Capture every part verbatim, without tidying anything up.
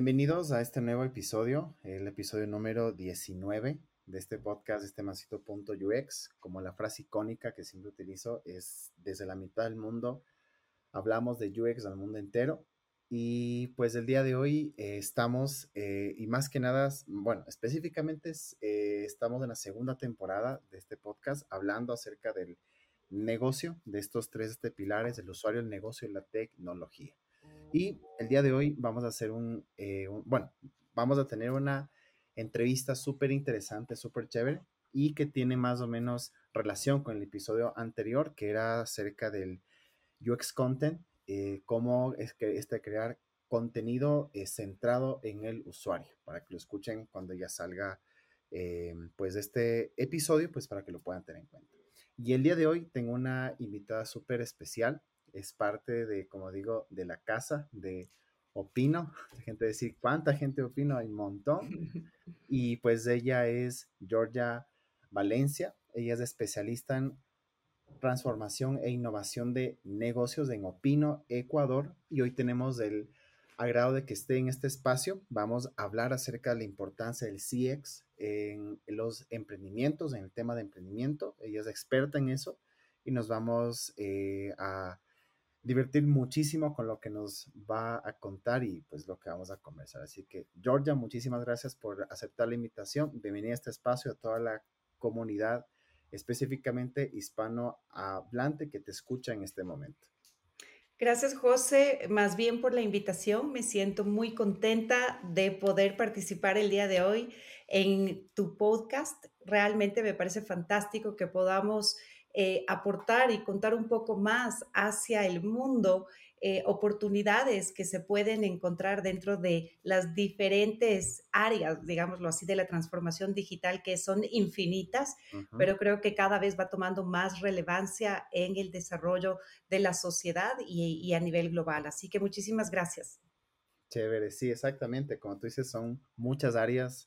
Bienvenidos a este nuevo episodio, el episodio número diecinueve de este podcast, este masito.ux. Como la frase icónica que siempre utilizo es: desde la mitad del mundo hablamos de U X al mundo entero. Y pues el día de hoy eh, estamos, eh, y más que nada, bueno, específicamente es, eh, estamos en la segunda temporada de este podcast hablando acerca del negocio, de estos tres este, pilares: el usuario, el negocio y la tecnología. Y el día de hoy vamos a hacer un, eh, un bueno, vamos a tener una entrevista súper interesante, súper chévere, y que tiene más o menos relación con el episodio anterior, que era acerca del U X Content, eh, cómo es que este crear contenido eh, centrado en el usuario, para que lo escuchen cuando ya salga eh, pues este episodio, pues para que lo puedan tener en cuenta. Y el día de hoy tengo una invitada súper especial, es parte de, como digo, de la casa de Opino. La gente decir, ¿cuánta gente opino? Hay un montón. Y pues ella es Georgia Valencia, ella es especialista en transformación e innovación de negocios en Opino, Ecuador, y hoy tenemos el agrado de que esté en este espacio. Vamos a hablar acerca de la importancia del C X en los emprendimientos, en el tema de emprendimiento. Ella es experta en eso y nos vamos eh, a divertir muchísimo con lo que nos va a contar y pues lo que vamos a conversar. Así que, Georgia, muchísimas gracias por aceptar la invitación. Bienvenida a este espacio, a toda la comunidad, específicamente hispanohablante, que te escucha en este momento. Gracias, José, más bien por la invitación. Me siento muy contenta de poder participar el día de hoy en tu podcast. Realmente me parece fantástico que podamos eh, aportar y contar un poco más hacia el mundo, eh, oportunidades que se pueden encontrar dentro de las diferentes áreas, digámoslo así, de la transformación digital, que son infinitas, Ujú. pero creo que cada vez va tomando más relevancia en el desarrollo de la sociedad y, y a nivel global. Así que muchísimas gracias. Chévere, sí, exactamente. Como tú dices, son muchas áreas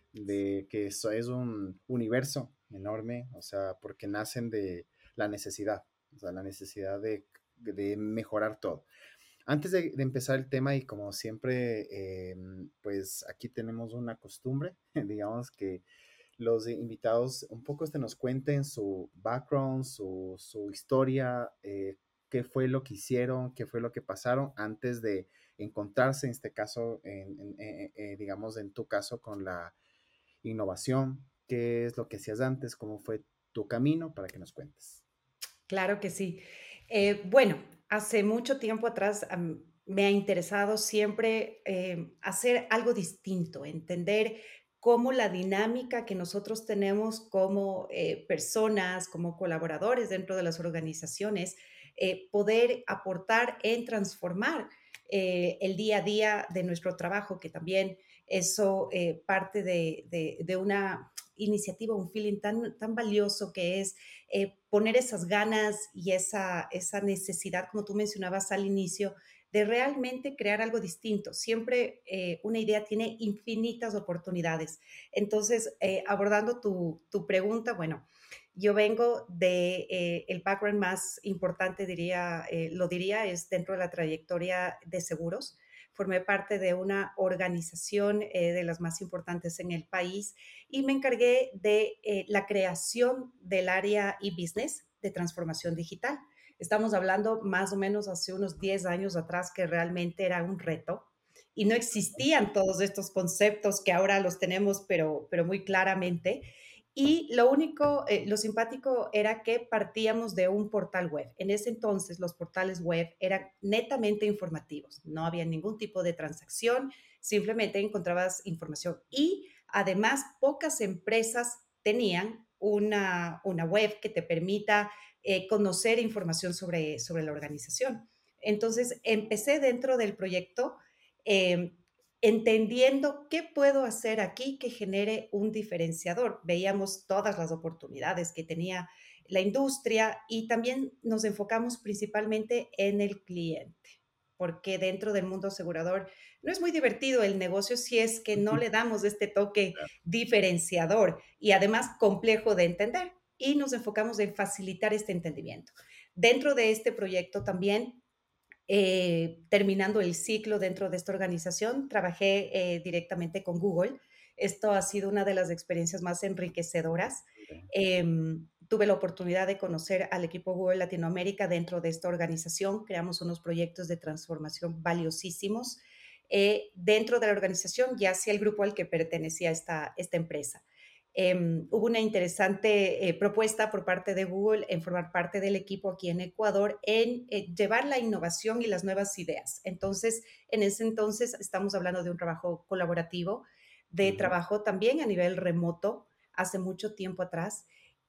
de que eso es un universo enorme, o sea, porque nacen de la necesidad, o sea, la necesidad de, de mejorar todo. Antes de, de empezar el tema, y como siempre, eh, pues aquí tenemos una costumbre, digamos que los invitados un poco este, nos cuenten su background, su, su historia, eh, qué fue lo que hicieron, qué fue lo que pasaron antes de encontrarse, en este caso, en, en, eh, eh, digamos, en tu caso, con la innovación, qué es lo que hacías antes, cómo fue tu camino, para que nos cuentes. Claro que sí. Eh, bueno, hace mucho tiempo atrás um, me ha interesado siempre eh, hacer algo distinto, entender cómo la dinámica que nosotros tenemos como eh, personas, como colaboradores dentro de las organizaciones, eh, poder aportar en transformar eh, el día a día de nuestro trabajo, que también eso eh, parte de, de, de una iniciativa, un feeling tan, tan valioso que es eh, poner esas ganas y esa, esa necesidad, como tú mencionabas al inicio, de realmente crear algo distinto. Siempre eh, una idea tiene infinitas oportunidades. Entonces, eh, abordando tu, tu, pregunta, bueno, yo vengo de eh, el background más importante, diría, eh, lo diría, es dentro de la trayectoria de seguros. Formé parte de una organización eh, de las más importantes en el país y me encargué de eh, la creación del área e-business de transformación digital. Estamos hablando más o menos hace unos diez años atrás, que realmente era un reto y no existían todos estos conceptos que ahora los tenemos, pero, pero muy claramente. Y lo único, eh, lo simpático era que partíamos de un portal web. En ese entonces los portales web eran netamente informativos, no había ningún tipo de transacción, simplemente encontrabas información y además pocas empresas tenían una, una web que te permita eh, conocer información sobre, sobre la organización. Entonces empecé dentro del proyecto eh, entendiendo qué puedo hacer aquí que genere un diferenciador. Veíamos todas las oportunidades que tenía la industria y también nos enfocamos principalmente en el cliente, porque dentro del mundo asegurador no es muy divertido el negocio si es que no le damos este toque diferenciador y además complejo de entender. Y nos enfocamos en facilitar este entendimiento. Dentro de este proyecto también Eh, terminando el ciclo dentro de esta organización, trabajé eh, directamente con Google. Esto ha sido una de las experiencias más enriquecedoras. Excelente. Em, tuve la oportunidad de conocer al equipo Google Latinoamérica dentro de esta organización. Creamos unos proyectos de transformación valiosísimos eh, dentro de la organización y hacia el grupo al que pertenecía esta, esta empresa. Eh, hubo una interesante eh, propuesta por parte de Google en formar parte del equipo aquí en Ecuador en eh, llevar la innovación y las nuevas ideas. Entonces, en ese entonces estamos hablando de un trabajo colaborativo, de Ujú. trabajo también a nivel remoto, hace mucho tiempo atrás,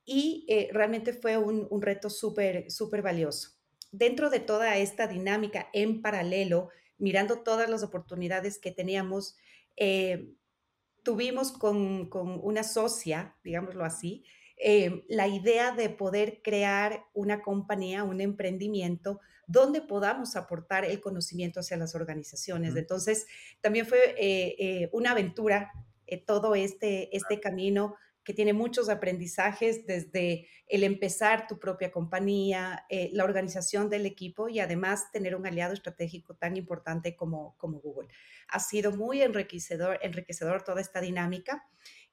y eh, realmente fue un, un reto súper, súper valioso. Dentro de toda esta dinámica en paralelo, mirando todas las oportunidades que teníamos, eh, tuvimos con, con una socia, digámoslo así, eh, la idea de poder crear una compañía, un emprendimiento donde podamos aportar el conocimiento hacia las organizaciones. Ujú. Entonces, también fue eh, eh, una aventura eh, todo este, este camino que tiene muchos aprendizajes desde el empezar tu propia compañía, eh, la organización del equipo y además tener un aliado estratégico tan importante como, como Google. Ha sido muy enriquecedor, enriquecedor toda esta dinámica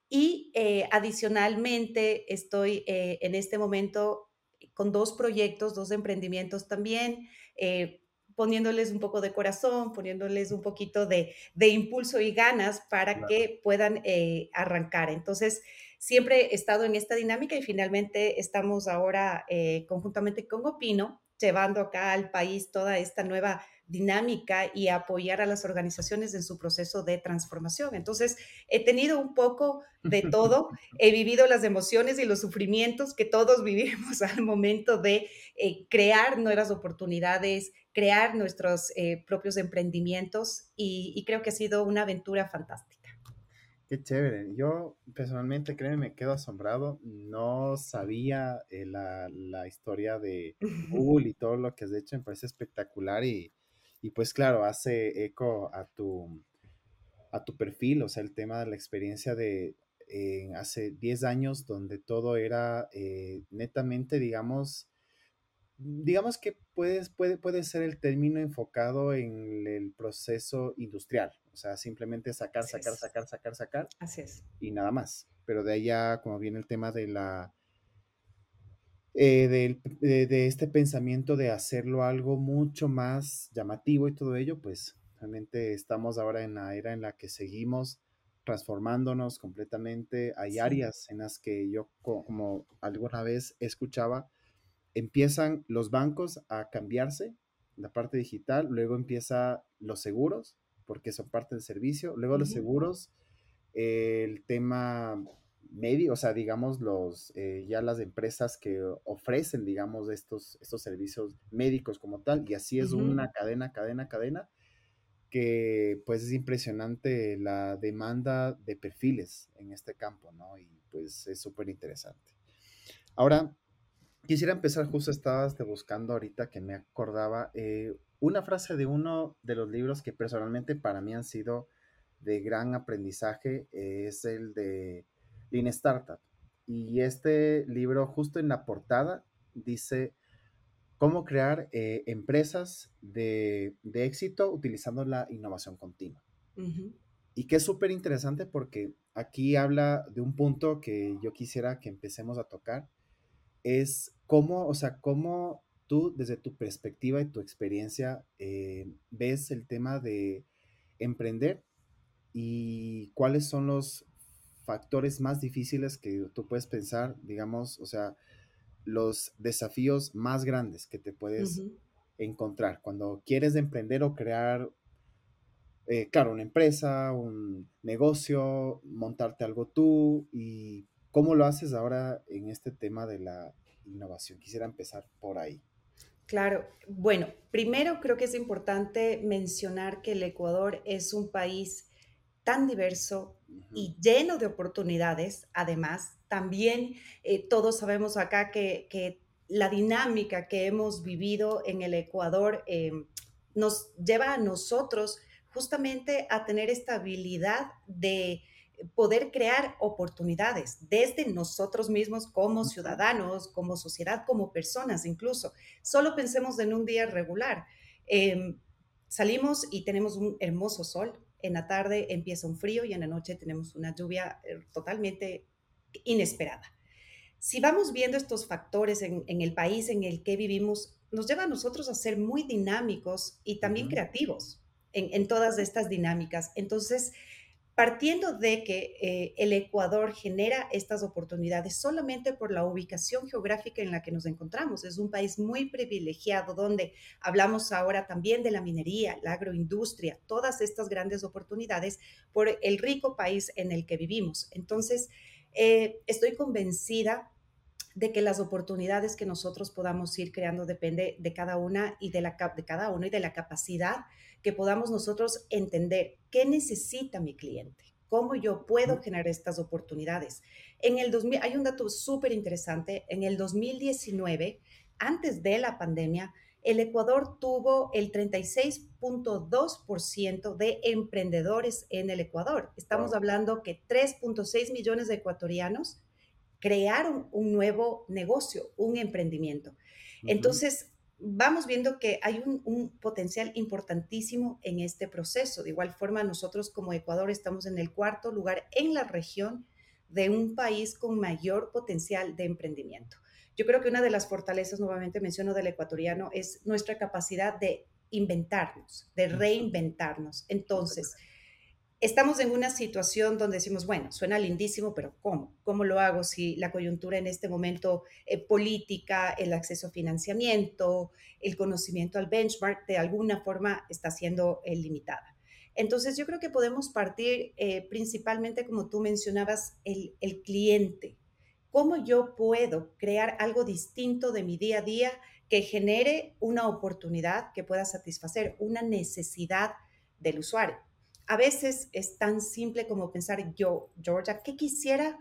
y eh, adicionalmente estoy eh, en este momento con dos proyectos, dos emprendimientos también, eh, poniéndoles un poco de corazón, poniéndoles un poquito de, de impulso y ganas para Claro. que puedan eh, arrancar. Entonces, siempre he estado en esta dinámica y finalmente estamos ahora eh, conjuntamente con Opino, llevando acá al país toda esta nueva dinámica y apoyar a las organizaciones en su proceso de transformación. Entonces, he tenido un poco de todo, he vivido las emociones y los sufrimientos que todos vivimos al momento de eh, crear nuevas oportunidades, crear nuestros eh, propios emprendimientos y, y creo que ha sido una aventura fantástica. Qué chévere. Yo personalmente, créeme, me quedo asombrado. No sabía eh, la, la historia de Google y todo lo que has hecho. Me parece espectacular y, y pues claro, hace eco a tu, a tu perfil, o sea, el tema de la experiencia de eh, hace diez años donde todo era eh, netamente, digamos, digamos que puedes, puede, puede ser el término enfocado en el proceso industrial, o sea, simplemente sacar, Así sacar, es, sacar, sacar, sacar así es. y nada más. Pero de allá, como viene el tema de la, eh, del- de, de este pensamiento de hacerlo algo mucho más llamativo y todo ello, pues realmente estamos ahora en la era en la que seguimos transformándonos completamente. Hay Sí. áreas en las que yo, co- como alguna vez escuchaba, empiezan los bancos a cambiarse, la parte digital, luego empieza los seguros, porque son parte del servicio, luego los Ujú, seguros, eh, el tema medio, o sea, digamos, los, eh, ya las empresas que ofrecen, digamos, estos, estos servicios médicos como tal, y así es ujú. una cadena, cadena, cadena, que pues es impresionante la demanda de perfiles en este campo, ¿no? Y pues es súper interesante. Ahora, quisiera empezar, justo estabas te buscando ahorita que me acordaba, eh, una frase de uno de los libros que personalmente para mí han sido de gran aprendizaje, eh, es el de Lean Startup. Y este libro, justo en la portada, dice cómo crear eh, empresas de, de éxito utilizando la innovación continua. Ujú, Y que es súper interesante porque aquí habla de un punto que yo quisiera que empecemos a tocar, es cómo, o sea, cómo tú, desde tu perspectiva y tu experiencia, eh, ves el tema de emprender y cuáles son los factores más difíciles que tú puedes pensar, digamos, o sea, los desafíos más grandes que te puedes ujú. encontrar cuando quieres emprender o crear, eh, claro, una empresa, un negocio, montarte algo tú y cómo lo haces ahora en este tema de la innovación. Quisiera empezar por ahí. Claro, bueno, primero creo que es importante mencionar que el Ecuador es un país tan diverso Ujú. y lleno de oportunidades. Además, también eh, todos sabemos acá que, que la dinámica que hemos vivido en el Ecuador eh, nos lleva a nosotros justamente a tener esta habilidad de poder crear oportunidades desde nosotros mismos como Ujú. ciudadanos, como sociedad, como personas incluso. Solo pensemos en un día regular. Eh, salimos y tenemos un hermoso sol. En la tarde empieza un frío y en la noche tenemos una lluvia eh, totalmente inesperada. Si vamos viendo estos factores en, en el país en el que vivimos, nos lleva a nosotros a ser muy dinámicos y también Ujú, creativos en, en todas estas dinámicas. Entonces, partiendo de que eh, el Ecuador genera estas oportunidades solamente por la ubicación geográfica en la que nos encontramos. Es un país muy privilegiado donde hablamos ahora también de la minería, la agroindustria, todas estas grandes oportunidades por el rico país en el que vivimos. Entonces, eh, estoy convencida de que las oportunidades que nosotros podamos ir creando depende de cada una y de, la, de cada uno y de la capacidad que podamos nosotros entender qué necesita mi cliente, cómo yo puedo ujú. generar estas oportunidades. En el dos mil, hay un dato súper interesante, en el dos mil diecinueve, antes de la pandemia, el Ecuador tuvo el treinta y seis punto dos por ciento de emprendedores en el Ecuador. Estamos Wow. hablando que tres punto seis millones de ecuatorianos crear un nuevo negocio, un emprendimiento. Ujú, Entonces, vamos viendo que hay un, un, potencial importantísimo en este proceso. De igual forma, nosotros como Ecuador estamos en el cuarto lugar en la región de un país con mayor potencial de emprendimiento. Yo creo que una de las fortalezas, nuevamente menciono, del ecuatoriano es nuestra capacidad de inventarnos, de ujú. reinventarnos. Entonces, Exactamente. estamos en una situación donde decimos, bueno, suena lindísimo, pero ¿cómo? ¿Cómo lo hago si la coyuntura en este momento eh, política, el acceso a financiamiento, el conocimiento al benchmark, de alguna forma está siendo eh, limitada? Entonces, yo creo que podemos partir eh, principalmente, como tú mencionabas, el, el cliente. ¿Cómo yo puedo crear algo distinto de mi día a día que genere una oportunidad que pueda satisfacer una necesidad del usuario? A veces es tan simple como pensar yo, Georgia, ¿qué quisiera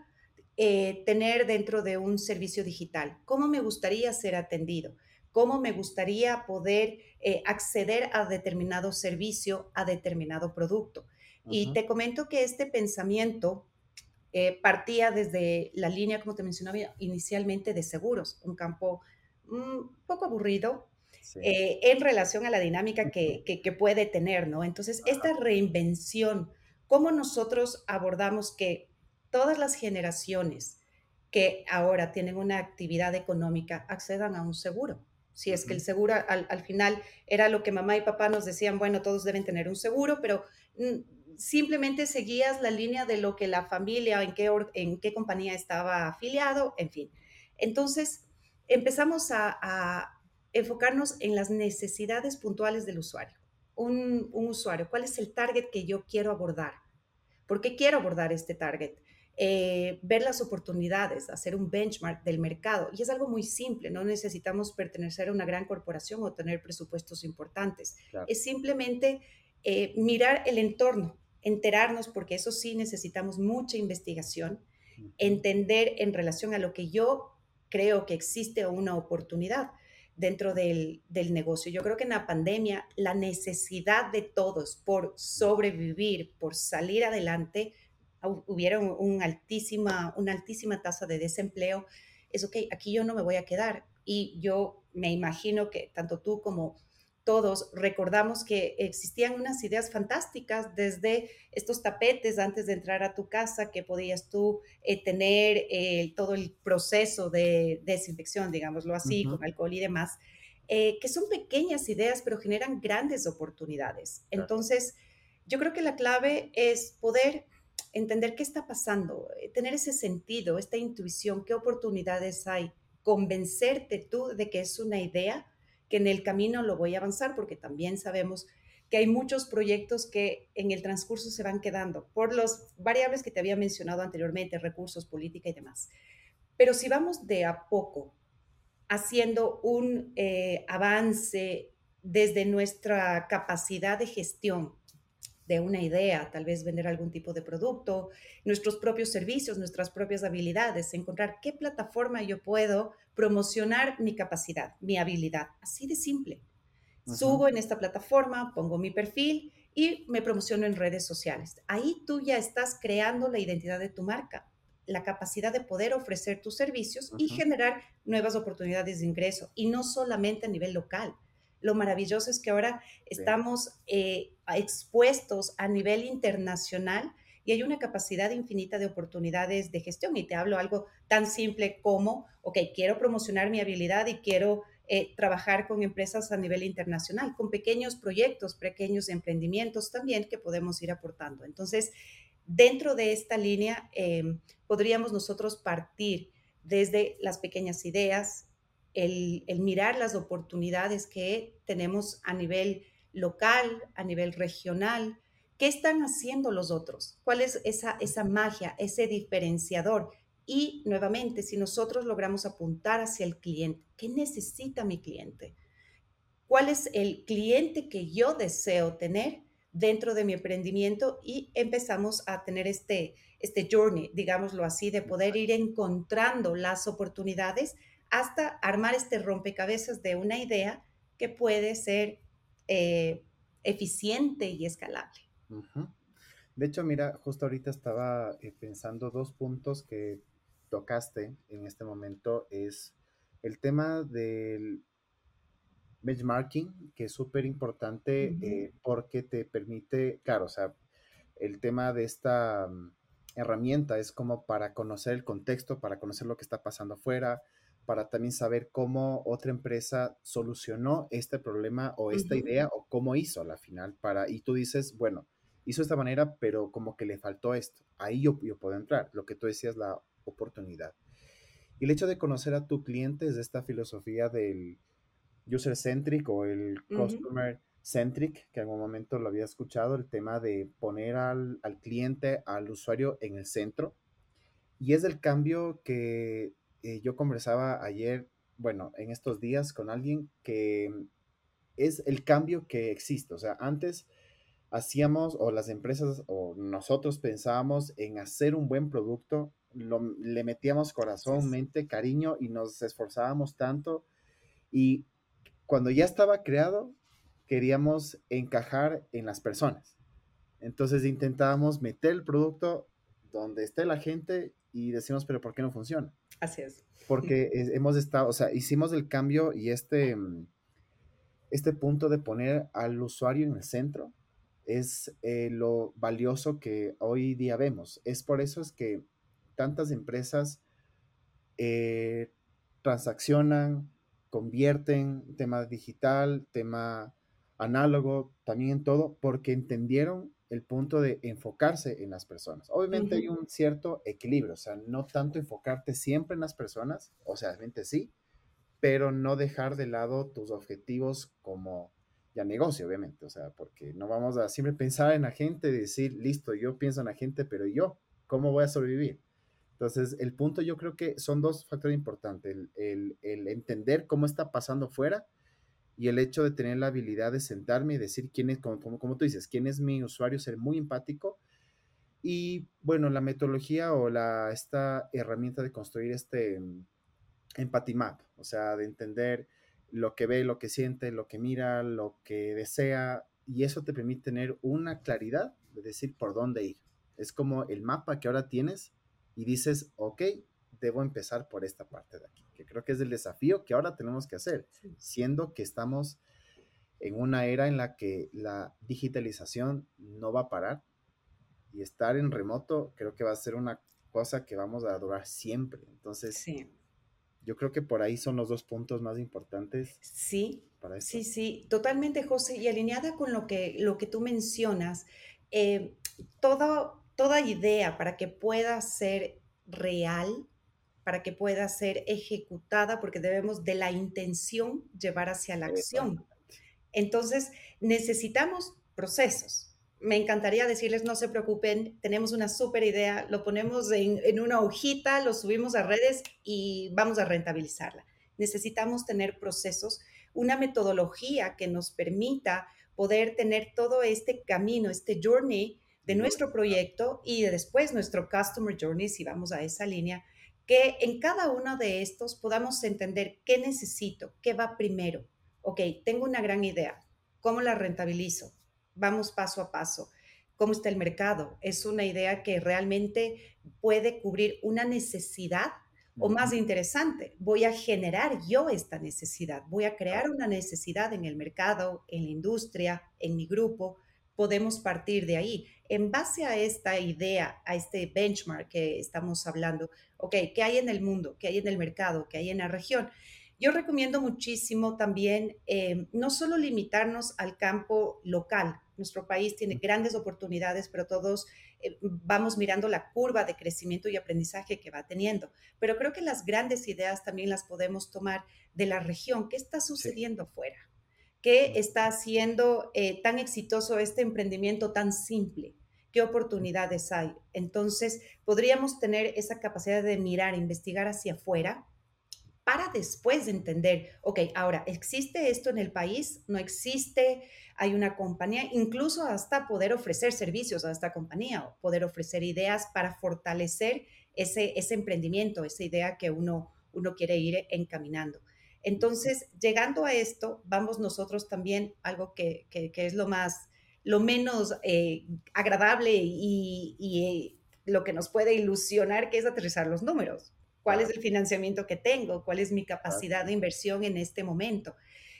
eh, tener dentro de un servicio digital? ¿Cómo me gustaría ser atendido? ¿Cómo me gustaría poder eh, acceder a determinado servicio, a determinado producto? Y Ujú, te comento que este pensamiento eh, partía desde la línea, como te mencionaba inicialmente, de seguros, un campo un poco aburrido sí. eh, en relación a la dinámica que, que, que, puede tener, ¿no? Entonces, Ajá. esta reinvención, cómo nosotros abordamos que todas las generaciones que ahora tienen una actividad económica accedan a un seguro. Si es que el Ujú, seguro al, al final era lo que mamá y papá nos decían, bueno, todos deben tener un seguro, pero mm, simplemente seguías la línea de lo que la familia, en qué, or, en qué compañía estaba afiliado, en fin. Entonces, empezamos a, a enfocarnos en las necesidades puntuales del usuario. Un, un, usuario, ¿cuál es el target que yo quiero abordar? ¿Por qué quiero abordar este target? Eh, ver las oportunidades, hacer un benchmark del mercado. Y es algo muy simple, no necesitamos pertenecer a una gran corporación o tener presupuestos importantes. claro. Es simplemente eh, mirar el entorno, enterarnos, porque eso sí necesitamos mucha investigación, Ujú, entender en relación a lo que yo creo que existe una oportunidad dentro del, del, negocio. Yo creo que en la pandemia la necesidad de todos por sobrevivir, por salir adelante, hubiera un, un altísima, una altísima tasa de desempleo. Es ok, aquí yo no me voy a quedar. Y yo me imagino que tanto tú como todos recordamos que existían unas ideas fantásticas desde estos tapetes antes de entrar a tu casa que podías tú eh, tener eh, todo el proceso de desinfección, digámoslo así, ujú, con alcohol y demás, eh, que son pequeñas ideas pero generan grandes oportunidades. claro. Entonces, yo creo que la clave es poder entender qué está pasando, eh, tener ese sentido, esta intuición, qué oportunidades hay, convencerte tú de que es una idea que en el camino lo voy a avanzar, porque también sabemos que hay muchos proyectos que en el transcurso se van quedando por las variables que te había mencionado anteriormente, recursos, política y demás. Pero si vamos de a poco haciendo un eh, avance desde nuestra capacidad de gestión de una idea, tal vez vender algún tipo de producto, nuestros propios servicios, nuestras propias habilidades, encontrar qué plataforma yo puedo promocionar mi capacidad, mi habilidad, así de simple. Ujú, Subo en esta plataforma, pongo mi perfil y me promociono en redes sociales. Ahí tú ya estás creando la identidad de tu marca, la capacidad de poder ofrecer tus servicios y ujú, generar nuevas oportunidades de ingreso, y no solamente a nivel local. lo maravilloso es que ahora Sí, estamos eh, expuestos a nivel internacional y hay una capacidad infinita de oportunidades de gestión. Y te hablo algo tan simple como, ok, quiero promocionar mi habilidad y quiero eh, trabajar con empresas a nivel internacional, con pequeños proyectos, pequeños emprendimientos también que podemos ir aportando. Entonces, dentro de esta línea, eh, podríamos nosotros partir desde las pequeñas ideas, el, el mirar las oportunidades que tenemos a nivel local, a nivel regional. ¿Qué están haciendo los otros? ¿Cuál es esa, esa magia, ese diferenciador? Y nuevamente, si nosotros logramos apuntar hacia el cliente, ¿qué necesita mi cliente? ¿Cuál es el cliente que yo deseo tener dentro de mi emprendimiento? Y empezamos a tener este, este journey, digámoslo así, de poder ir encontrando las oportunidades hasta armar este rompecabezas de una idea que puede ser eh, eficiente y escalable. ujú. De hecho, mira, justo ahorita estaba eh, pensando dos puntos que tocaste en este momento. Es el tema del benchmarking, que es súper importante Ujú, eh, porque te permite, claro, o sea, el tema de esta mm, herramienta es como para conocer el contexto, para conocer lo que está pasando afuera, para también saber cómo otra empresa solucionó este problema o esta ujú, idea o cómo hizo a la final para, y tú dices, bueno, hizo de esta manera, pero como que le faltó esto. Ahí yo, yo puedo entrar, lo que tú decías, la oportunidad. Y el hecho de conocer a tu cliente es esta filosofía del user-centric o el ujú, customer-centric, que en algún momento lo había escuchado, el tema de poner al, al cliente, al usuario en el centro. Y es el cambio que eh, yo conversaba ayer, bueno, en estos días con alguien que es el cambio que existe. O sea, antes hacíamos, o las empresas, o nosotros pensábamos en hacer un buen producto, lo, le metíamos así corazón, es. mente, cariño y nos esforzábamos tanto. Y cuando ya estaba creado, queríamos encajar en las personas. Entonces intentábamos meter el producto donde esté la gente y decimos, pero ¿por qué no funciona? Así es. Porque es- hemos estado, o sea, hicimos el cambio y este, mm, este punto de poner al usuario en el centro es eh, lo valioso que hoy día vemos. Es por eso es que tantas empresas eh, transaccionan, convierten, tema digital, tema análogo, también en todo, porque entendieron el punto de enfocarse en las personas. Obviamente hay Ujú, un cierto equilibrio, o sea, no tanto enfocarte siempre en las personas, o sea, obviamente sí, pero no dejar de lado tus objetivos como ya negocio, obviamente, o sea, porque no vamos a siempre pensar en la gente y decir, listo, yo pienso en la gente, pero yo, ¿cómo voy a sobrevivir? Entonces, el punto yo creo que son dos factores importantes, el, el, el entender cómo está pasando fuera y el hecho de tener la habilidad de sentarme y decir quién es, como, como, como tú dices, quién es mi usuario, ser muy empático. Y bueno, la metodología o la, esta herramienta de construir este mm, empathy map, o sea, de entender lo que ve, lo que siente, lo que mira, lo que desea, y eso te permite tener una claridad de decir por dónde ir. Es como el mapa que ahora tienes y dices, ok, debo empezar por esta parte de aquí, que creo que es el desafío que ahora tenemos que hacer, sí. siendo que estamos en una era en la que la digitalización no va a parar y estar en remoto creo que va a ser una cosa que vamos a adorar siempre. Entonces, Sí. yo creo que por ahí son los dos puntos más importantes Sí, para sí, esto. sí, totalmente, José. Y alineada con lo que, lo que tú mencionas, eh, todo- toda idea para que pueda ser real, para que pueda ser ejecutada, porque debemos de la intención llevar hacia la acción. Exactamente. Entonces, necesitamos procesos. Me encantaría decirles, no se preocupen, tenemos una súper idea, lo ponemos en, en una hojita, lo subimos a redes y vamos a rentabilizarla. Necesitamos tener procesos, una metodología que nos permita poder tener todo este camino, este journey de Lo nuestro proyecto y de después nuestro customer journey, si vamos a esa línea, que en cada uno de estos podamos entender qué necesito, qué va primero. Ok, tengo una gran idea. ¿Cómo la rentabilizo? Vamos paso a paso. ¿Cómo está el mercado? ¿Es una idea que realmente puede cubrir una necesidad O más Ujú. interesante, voy a generar yo esta necesidad, voy a Claro. crear una necesidad en el mercado, en la industria, en mi grupo. Podemos partir de ahí. En base a esta idea, a este benchmark que estamos hablando, ok, ¿qué hay en el mundo? ¿Qué hay en el mercado? ¿Qué hay en la región? Yo recomiendo muchísimo también eh, no solo limitarnos al campo local. Nuestro país tiene grandes oportunidades, pero todos eh, vamos mirando la curva de crecimiento y aprendizaje que va teniendo. Pero creo que las grandes ideas también las podemos tomar de la región. ¿Qué está Sí. sucediendo afuera? ¿Qué Mm. está haciendo eh, tan exitoso este emprendimiento tan simple? ¿Qué oportunidades hay? Entonces, podríamos tener esa capacidad de mirar, investigar hacia afuera para después de entender, ok, ahora, ¿existe esto en el país? ¿No existe? Hay una compañía, incluso hasta poder ofrecer servicios a esta compañía o poder ofrecer ideas para fortalecer ese, ese emprendimiento, esa idea que uno, uno quiere ir encaminando. Ujú. Entonces, llegando a esto, vamos nosotros también, algo que, que, que es lo más, lo menos eh, agradable y, y eh, lo que nos puede ilusionar, que es aterrizar los números. ¿Cuál es Claro, el financiamiento que tengo? ¿Cuál es mi capacidad exacto. de inversión en este momento?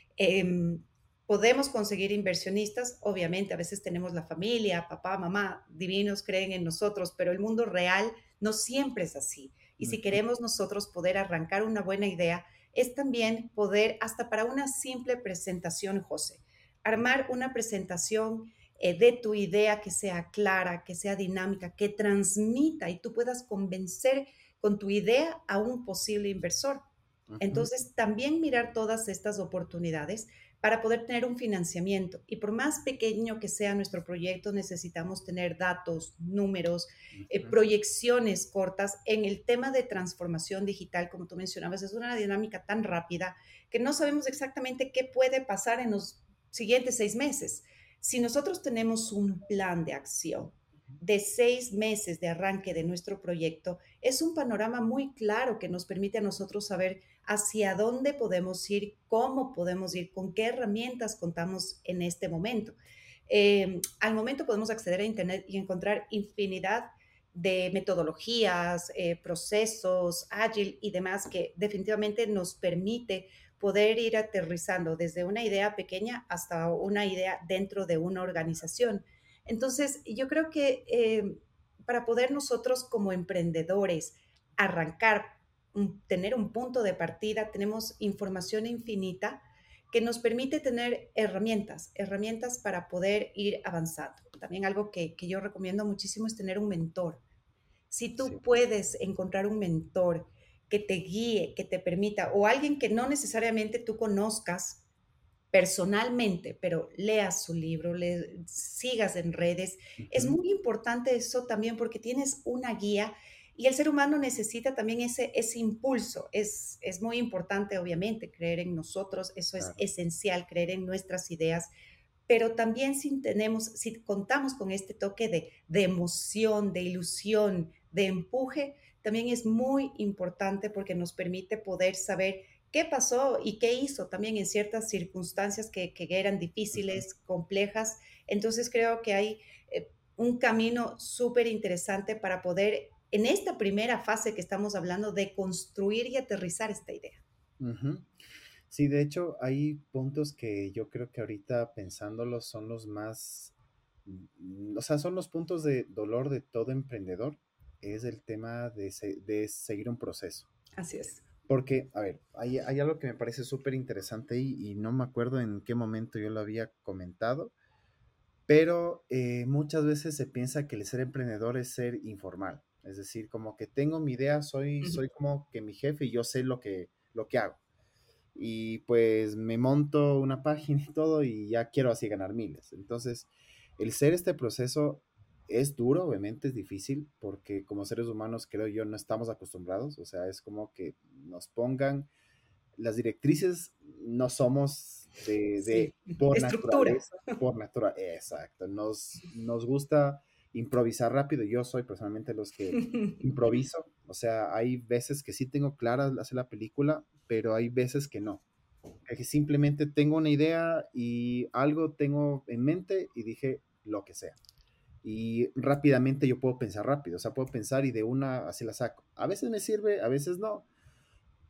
Eh, Podemos conseguir inversionistas, obviamente, a veces tenemos la familia, papá, mamá, divinos, creen en nosotros, pero el mundo real no siempre es así. Y si Ujú. queremos nosotros poder arrancar una buena idea, es también poder, hasta para una simple presentación, José, armar una presentación eh, de tu idea que sea clara, que sea dinámica, que transmita y tú puedas convencer con tu idea a un posible inversor. Ujú. Entonces, también mirar todas estas oportunidades para poder tener un financiamiento. Y por más pequeño que sea nuestro proyecto, necesitamos tener datos, números, eh, Ujú. proyecciones cortas. En el tema de transformación digital, como tú mencionabas, es una dinámica tan rápida que no sabemos exactamente qué puede pasar en los siguientes seis meses. Si nosotros tenemos un plan de acción de seis meses de arranque de nuestro proyecto, es un panorama muy claro que nos permite a nosotros saber hacia dónde podemos ir, cómo podemos ir, con qué herramientas contamos en este momento. Eh, al momento podemos acceder a Internet y encontrar infinidad de metodologías, eh, procesos, ágil y demás que definitivamente nos permite poder ir aterrizando desde una idea pequeña hasta una idea dentro de una organización. Entonces, yo creo que eh, para poder nosotros como emprendedores arrancar, un, tener un punto de partida, tenemos información infinita que nos permite tener herramientas, herramientas para poder ir avanzando. También algo que, que yo recomiendo muchísimo es tener un mentor. Si Sí. tú puedes encontrar un mentor que te guíe, que te permita, o alguien que no necesariamente tú conozcas, personalmente, pero leas su libro, le, sigas en redes. Es Ujú. muy importante eso también porque tienes una guía y el ser humano necesita también ese, ese impulso. Es, es muy importante, obviamente, creer en nosotros, eso es Claro. esencial, creer en nuestras ideas, pero también si tenemos, si contamos con este toque de, de emoción, de ilusión, de empuje, también es muy importante porque nos permite poder saber qué pasó y qué hizo también en ciertas circunstancias que, que eran Ujú. difíciles, complejas. Entonces creo que hay eh, un camino súper interesante para poder, en esta primera fase que estamos hablando, de construir y aterrizar esta idea. Ujú. Sí, de hecho, hay puntos que yo creo que ahorita pensándolo son los más, mm, o sea, son los puntos de dolor de todo emprendedor, es el tema de, se- de seguir un proceso. Así es. Porque, a ver, hay, hay algo que me parece súper interesante y, y no me acuerdo en qué momento yo lo había comentado, pero eh, muchas veces se piensa que el ser emprendedor es ser informal. Es decir, como que tengo mi idea, soy, Ujú. soy como que mi jefe y yo sé lo que, lo que hago. Y pues me monto una página y todo y ya quiero así ganar miles. Entonces, el ser este proceso es duro, obviamente es difícil, porque como seres humanos creo yo no estamos acostumbrados. O sea, es como que nos pongan las directrices, no somos de, de Sí, ujú. por Estructura. naturaleza, por naturaleza, exacto, nos, nos gusta improvisar rápido. Yo soy personalmente los que improviso, o sea, hay veces que sí tengo clara hacer la película, pero hay veces que no, que simplemente tengo una idea y algo tengo en mente y dije lo que sea. Y rápidamente yo puedo pensar rápido, o sea, puedo pensar y de una así la saco. A veces me sirve, a veces no,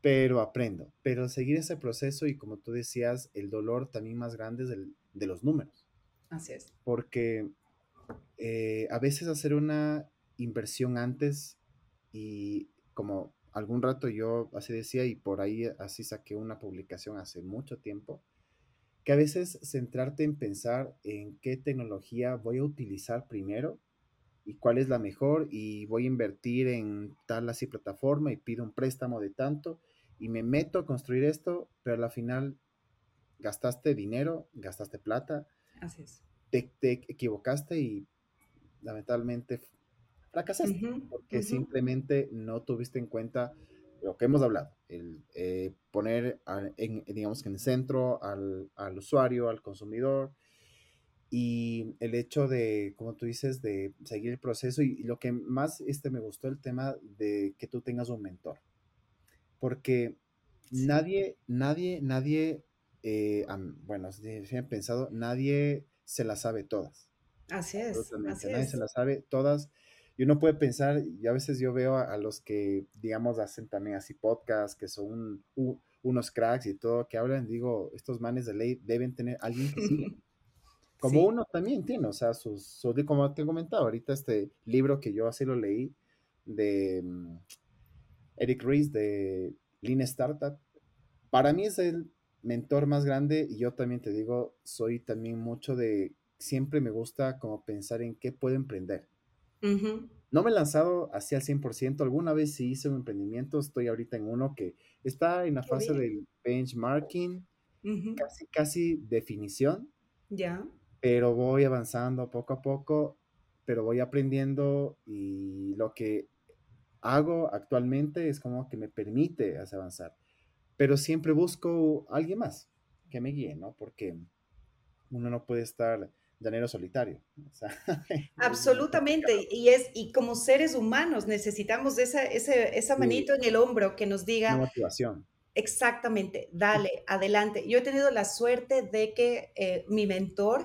pero aprendo. Pero seguir ese proceso y como tú decías, el dolor también más grande es el de los números, Así es. porque eh, a veces hacer una inversión antes y como algún rato yo así decía y por ahí así saqué una publicación hace mucho tiempo, que a veces centrarte en pensar en qué tecnología voy a utilizar primero y cuál es la mejor y voy a invertir en tal así plataforma y pido un préstamo de tanto y me meto a construir esto, pero al final gastaste dinero, gastaste plata, Así es. te, te equivocaste y lamentablemente fracasaste Ujú, porque ujú. simplemente no tuviste en cuenta lo que hemos hablado, el eh, poner, a, en, digamos que en el centro al, al usuario, al consumidor, y el hecho de, como tú dices, de seguir el proceso y, y lo que más este, me gustó el tema de que tú tengas un mentor, porque Sí. nadie, nadie, nadie, eh, am- bueno, si si han pensado, nadie se las sabe todas, Así es, absolutamente, así nadie se es. las sabe todas. Y uno puede pensar, y a veces yo veo a, a los que, digamos, hacen también así podcasts, que son un- u- unos cracks y todo, que hablan, digo, estos manes de ley deben tener alguien que siga. Como Sí. uno también tiene, o sea, sus, sus- como te he comentado ahorita, este libro que yo así lo leí de mm, Eric Ries de Lean Startup, para mí es el mentor más grande y yo también te digo, soy también mucho de, siempre me gusta como pensar en qué puedo emprender. Ujú. No me he lanzado así al cien por ciento, alguna vez sí hice un emprendimiento, estoy ahorita en uno que está en la Qué fase bien. del benchmarking, Ujú. casi, casi definición, Ya. pero voy avanzando poco a poco, pero voy aprendiendo y lo que hago actualmente es como que me permite hacer avanzar, pero siempre busco a alguien más que me guíe, ¿no? Porque uno no puede estar llanero solitario, o sea, es muy Absolutamente. complicado, Y es, y como seres humanos necesitamos esa, ese, esa sí, manito en el hombro que nos una diga motivación. exactamente, dale, adelante. Yo he tenido la suerte de que eh, mi mentor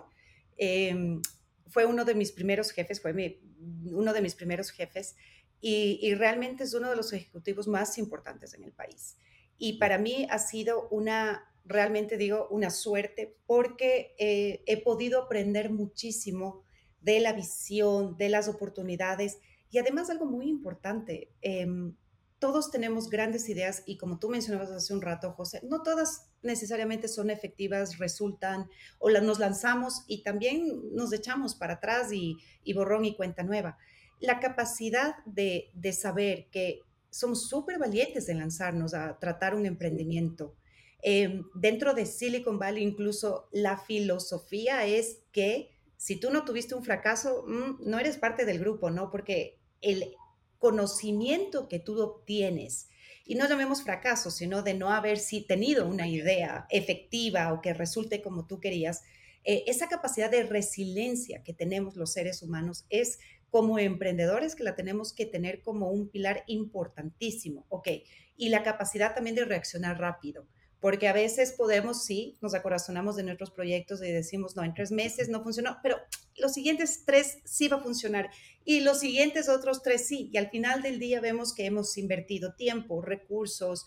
eh, fue uno de mis primeros jefes, fue mi, uno de mis primeros jefes y, y realmente es uno de los ejecutivos más importantes en el país. Y Ya, para mí ha sido una, realmente digo, una suerte porque eh, he podido aprender muchísimo de la visión, de las oportunidades y además algo muy importante. Eh, todos tenemos grandes ideas y como tú mencionabas hace un rato, José, no todas necesariamente son efectivas, resultan o la, nos lanzamos y también nos echamos para atrás y, y borrón y cuenta nueva. La capacidad de, de saber que somos súper valientes en lanzarnos a tratar un sí, emprendimiento. Eh, dentro de Silicon Valley incluso la filosofía es que si tú no tuviste un fracaso, mmm, no eres parte del grupo, ¿no? Porque el conocimiento que tú obtienes, y no llamemos fracaso, sino de no haber si tenido una idea efectiva o que resulte como tú querías, eh, esa capacidad de resiliencia que tenemos los seres humanos es como emprendedores que la tenemos que tener como un pilar importantísimo, ¿ok? Y la capacidad también de reaccionar rápido, porque a veces podemos, sí, nos acorazonamos de nuestros proyectos y decimos, no, en tres meses no funcionó, pero los siguientes tres sí va a funcionar y los siguientes otros tres sí. Y al final del día vemos que hemos invertido tiempo, recursos,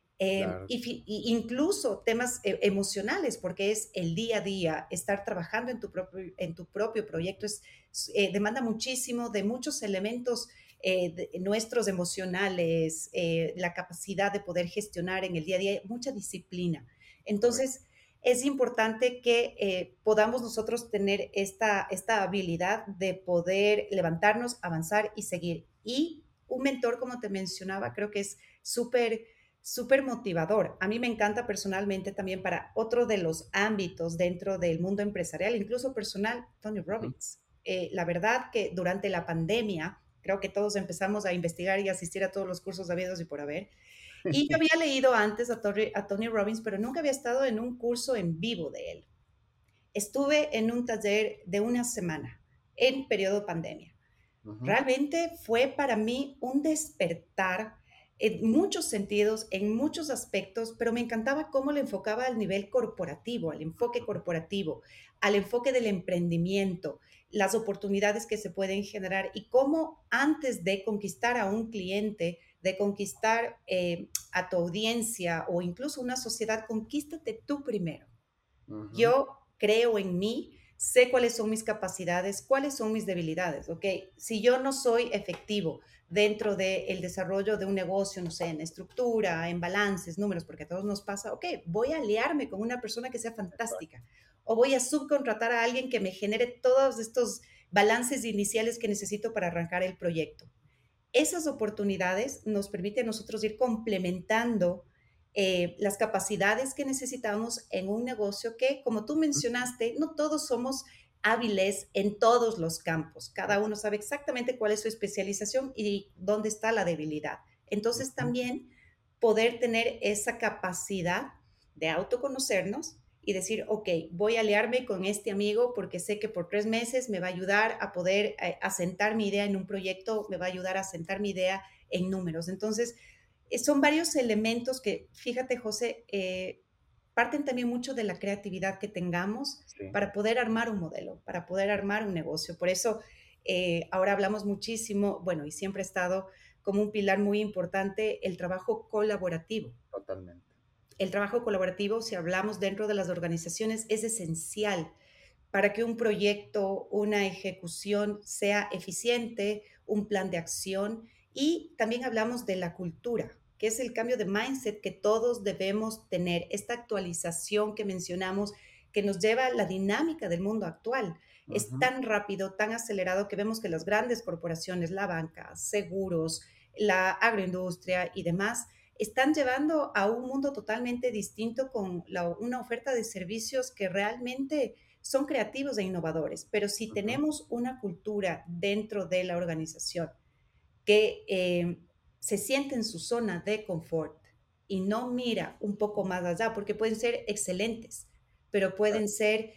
eh, claro, y, y, incluso temas eh, emocionales, porque es el día a día, estar trabajando en tu propio, en tu propio proyecto, es, eh, demanda muchísimo de muchos elementos eh, de, nuestros emocionales, eh, la capacidad de poder gestionar en el día a día, mucha disciplina. correcto. Entonces, es importante que eh, podamos nosotros tener esta, esta habilidad de poder levantarnos, avanzar y seguir. Y un mentor, como te mencionaba, creo que es súper súper motivador. A mí me encanta personalmente también para otro de los ámbitos dentro del mundo empresarial, incluso personal, Tony Ujú. Robbins. Eh, la verdad que durante la pandemia, creo que todos empezamos a investigar y asistir a todos los cursos habidos y por haber. Y yo había leído antes a Tony, a Tony Robbins, pero nunca había estado en un curso en vivo de él. Estuve en un taller de una semana en periodo pandemia. Ujú. Realmente fue para mí un despertar. en muchos sentidos, en muchos aspectos, pero me encantaba cómo lo enfocaba al nivel corporativo, al enfoque corporativo, al enfoque del emprendimiento, las oportunidades que se pueden generar y cómo antes de conquistar a un cliente, de conquistar eh, a tu audiencia o incluso una sociedad, conquístate tú primero. Ujú, Yo creo en mí, sé cuáles son mis capacidades, cuáles son mis debilidades, ¿ok? Si yo no soy efectivo dentro del desarrollo de un negocio, no sé, en estructura, en balances, números, porque a todos nos pasa, ok, voy a aliarme con una persona que sea exacto. fantástica o voy a subcontratar a alguien que me genere todos estos balances iniciales que necesito para arrancar el proyecto. Esas oportunidades nos permiten a nosotros ir complementando eh, las capacidades que necesitamos en un negocio que, como tú Ujú, mencionaste, no todos somos hábiles en todos los campos. Cada uno exacto. sabe exactamente cuál es su especialización y dónde está la debilidad. Entonces, Ujú, también poder tener esa capacidad de autoconocernos y decir, ok, voy a aliarme con este amigo porque sé que por tres meses me va a ayudar a poder eh, asentar mi idea en un proyecto, me va a ayudar a asentar mi idea en números. Entonces, eh, son varios elementos que, fíjate, José, eh, parten también mucho de la creatividad que tengamos sí, para poder armar un modelo, para poder armar un negocio. Por eso, eh, ahora hablamos muchísimo, bueno, y siempre ha estado como un pilar muy importante el trabajo colaborativo. totalmente. El trabajo colaborativo, si hablamos dentro de las organizaciones, es esencial para que un proyecto, una ejecución sea eficiente, un plan de acción. Y también hablamos de la cultura, que es el cambio de mindset que todos debemos tener, esta actualización que mencionamos que nos lleva a la dinámica del mundo actual. Es Ujú, tan rápido, tan acelerado que vemos que las grandes corporaciones, la banca, seguros, la agroindustria y demás, están llevando a un mundo totalmente distinto con la, una oferta de servicios que realmente son creativos e innovadores, pero si ujú, tenemos una cultura dentro de la organización que eh, se siente en su zona de confort y no mira un poco más allá, porque pueden ser excelentes, pero pueden claro. ser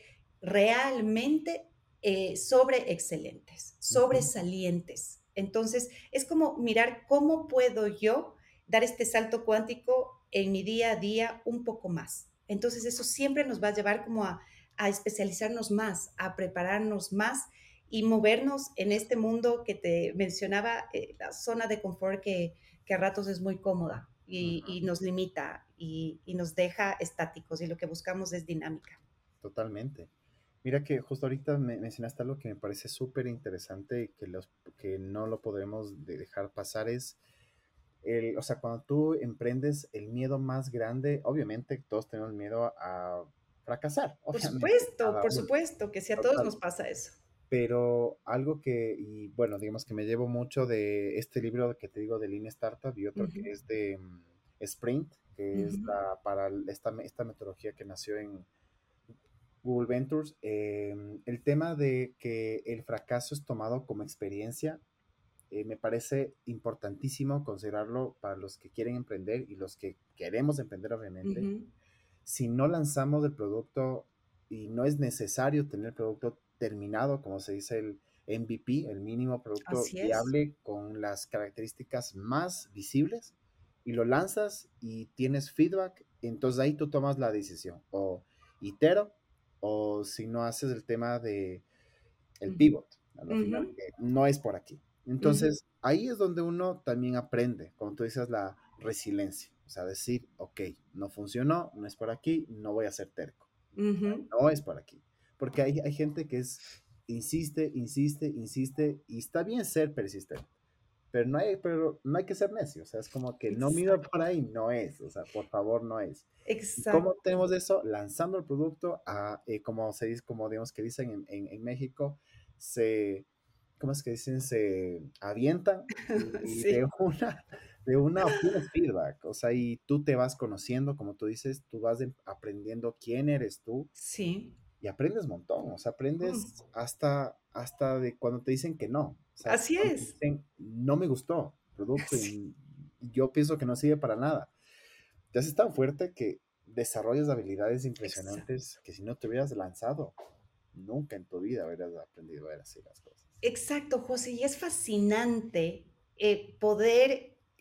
realmente eh, sobre excelentes, Ujú, sobresalientes. Entonces, es como mirar cómo puedo yo dar este salto cuántico en mi día a día un poco más. Entonces, eso siempre nos va a llevar como a, a especializarnos más, a prepararnos más y movernos en este mundo que te mencionaba, eh, la zona de confort que, que, a ratos es muy cómoda y, y ujú, nos limita y, y, nos deja estáticos y lo que buscamos es dinámica. totalmente. Mira que justo ahorita me mencionaste algo que me parece súper interesante y que, los, que no lo podemos de- dejar pasar es el, o sea, cuando tú emprendes el miedo más grande, obviamente todos tenemos miedo a fracasar, Por obviamente, supuesto, cada por uno, supuesto, que si a todos total. nos pasa eso. Pero algo que, y bueno, digamos que me llevo mucho de este libro que te digo de Lean Startup y Uh otro que -huh, es de mm, Sprint, uh que es -huh, la, para esta, esta metodología que nació en Google Ventures, eh, el tema de que el fracaso es tomado como experiencia, eh, me parece importantísimo considerarlo para los que quieren emprender y los que queremos emprender, uh obviamente. -huh. Si no lanzamos el producto y no es necesario tener el producto terminado, como se dice el M V P, el mínimo producto Así es. viable con las características más visibles, y lo lanzas y tienes feedback, entonces ahí tú tomas la decisión, o itero, o si no haces el tema de el Uh -huh, pivot, a lo uh final, -huh, que no es por aquí. uh -huh. Entonces, ahí es donde uno también aprende, como tú dices, la resiliencia, o sea, decir, ok, no funcionó, no es por aquí, no voy a ser terco, Uh -huh. no es por aquí. Porque hay, hay gente que es, insiste, insiste, insiste, y está bien ser persistente, pero no hay, pero no hay que ser necio, o sea, es como que no miro Exacto, por ahí, no es, o sea, por favor, no es. ¿Y cómo exacto. tenemos eso? Lanzando el producto a, eh, como se dice, como digamos que dicen en, en, en México, se, ¿cómo es que dicen? Se avientan y de Sí, una, de una obtienes feedback, o sea, y tú te vas conociendo, como tú dices, tú vas de- aprendiendo quién eres tú sí. y aprendes un montón, o sea, Mm. aprendes hasta, hasta de cuando te dicen que no, o sea, Así cuando te es. dicen, no me gustó el producto y yo pienso que no sirve para nada. Te haces tan fuerte que desarrollas habilidades Exacto. impresionantes que si no te hubieras lanzado, nunca en tu vida hubieras aprendido a ver así las cosas. Exacto, José, y es fascinante eh, poder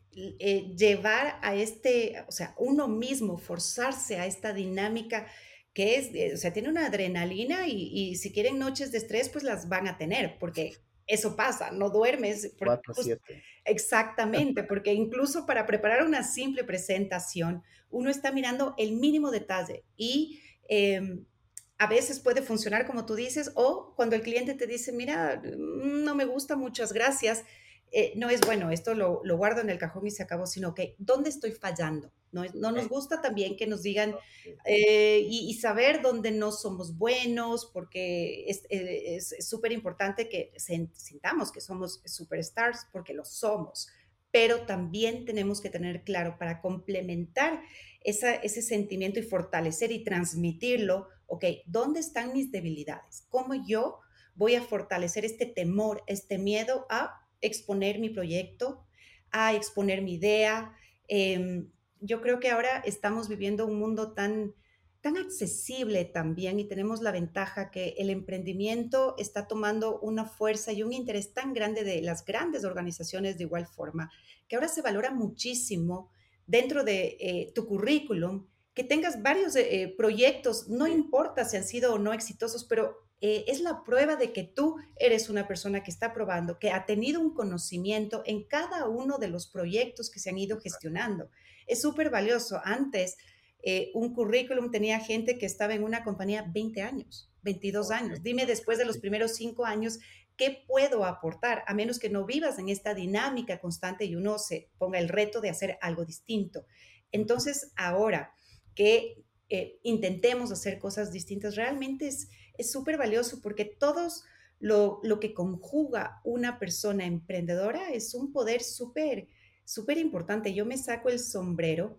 eh, llevar a este, o sea, uno mismo forzarse a esta dinámica que es, eh, o sea, tiene una adrenalina y, y si quieren noches de estrés, pues las van a tener, porque eso pasa, no duermes, porque cuatro jus- siete. exactamente, porque incluso para preparar una simple presentación, uno está mirando el mínimo detalle y em, a veces puede funcionar como tú dices, o cuando el cliente te dice, mira, mm, no me gusta, muchas gracias, eh, no es bueno, esto lo, lo, guardo en el cajón y se acabó, sino que, ¿dónde estoy fallando? No, no nos Eh, gusta también que nos digan ok, eh, y, y, saber dónde no somos buenos, porque es súper importante que sintamos que somos superstars, porque lo somos, pero también tenemos que tener claro para complementar esa, ese sentimiento y fortalecer y transmitirlo, ok, ¿dónde están mis debilidades? ¿Cómo yo voy a fortalecer este temor, este miedo a exponer mi proyecto, a exponer mi idea? Eh, yo creo que ahora estamos viviendo un mundo tan, tan accesible también y tenemos la ventaja que el emprendimiento está tomando una fuerza y un interés tan grande de las grandes organizaciones de igual forma, que ahora se valora muchísimo dentro de eh, tu currículum que tengas varios eh, proyectos, no sí, importa si han sido o no exitosos, pero eh, es la prueba de que tú eres una persona que está probando, que ha tenido un conocimiento en cada uno de los proyectos que se han ido exacto. gestionando. Es súper valioso. Antes, eh, un currículum tenía gente que estaba en una compañía veinte años, veintidós Ok, años. Dime después de los sí, primeros cinco años, ¿qué puedo aportar? A menos que no vivas en esta dinámica constante y uno se ponga el reto de hacer algo distinto. ujú, Entonces, ahora que eh, intentemos hacer cosas distintas, realmente es súper valioso porque todos lo, lo, que conjuga una persona emprendedora es un poder súper, súper importante. Yo me saco el sombrero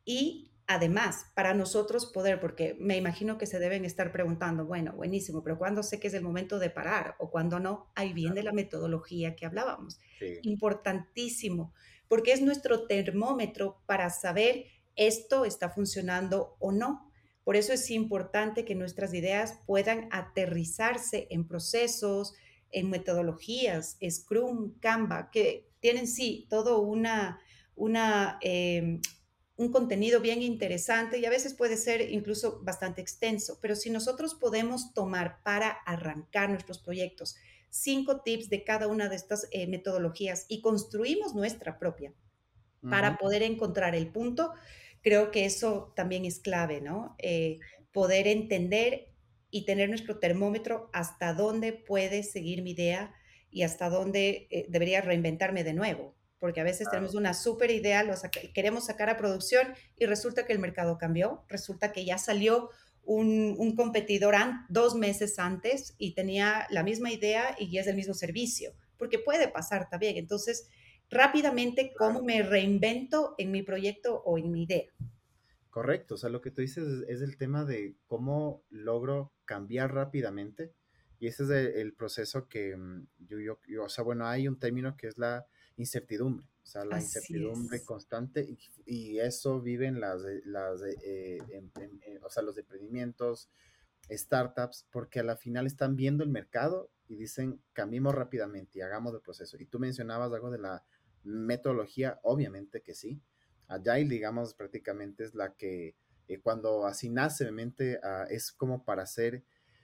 y además, para nosotros poder, porque me imagino que se deben estar preguntando, bueno, buenísimo, pero ¿cuándo sé que es el momento de parar o cuándo no? Ahí viene claro, la metodología que hablábamos. sí, Importantísimo, porque es nuestro termómetro para saber esto está funcionando o no. Por eso es importante que nuestras ideas puedan aterrizarse en procesos, en metodologías, Scrum, Canva, que tienen sí todo una, una eh, un contenido bien interesante y a veces puede ser incluso bastante extenso, pero si nosotros podemos tomar para arrancar nuestros proyectos cinco tips de cada una de estas eh, metodologías y construimos nuestra propia ujú, para poder encontrar el punto, creo que eso también es clave, ¿no? Eh, poder entender y tener nuestro termómetro hasta dónde puede seguir mi idea y hasta dónde eh, debería reinventarme de nuevo. Porque a veces tenemos claro, una súper idea, lo saca, queremos sacar a producción y resulta que el mercado cambió, resulta que ya salió un, un competidor an, dos meses antes y tenía la misma idea y es el mismo servicio, porque puede pasar también. Entonces, rápidamente cómo claro. me reinvento en mi proyecto o en mi idea. Correcto, o sea, lo que tú dices es, es el tema de cómo logro cambiar rápidamente y ese es el, el proceso que mm, yo, yo, yo, o sea, bueno, hay un término que es la incertidumbre, o sea, la Así incertidumbre es. constante y, y eso viven las, de- las de, eh, em- em- eh, o sea, los emprendimientos, startups, porque a la final están viendo el mercado y dicen, cambiemos rápidamente y hagamos el proceso. Y tú mencionabas algo de la metodología, obviamente que sí. Agile, digamos, prácticamente es la que eh, cuando así nace mi mente, uh, es como para hacer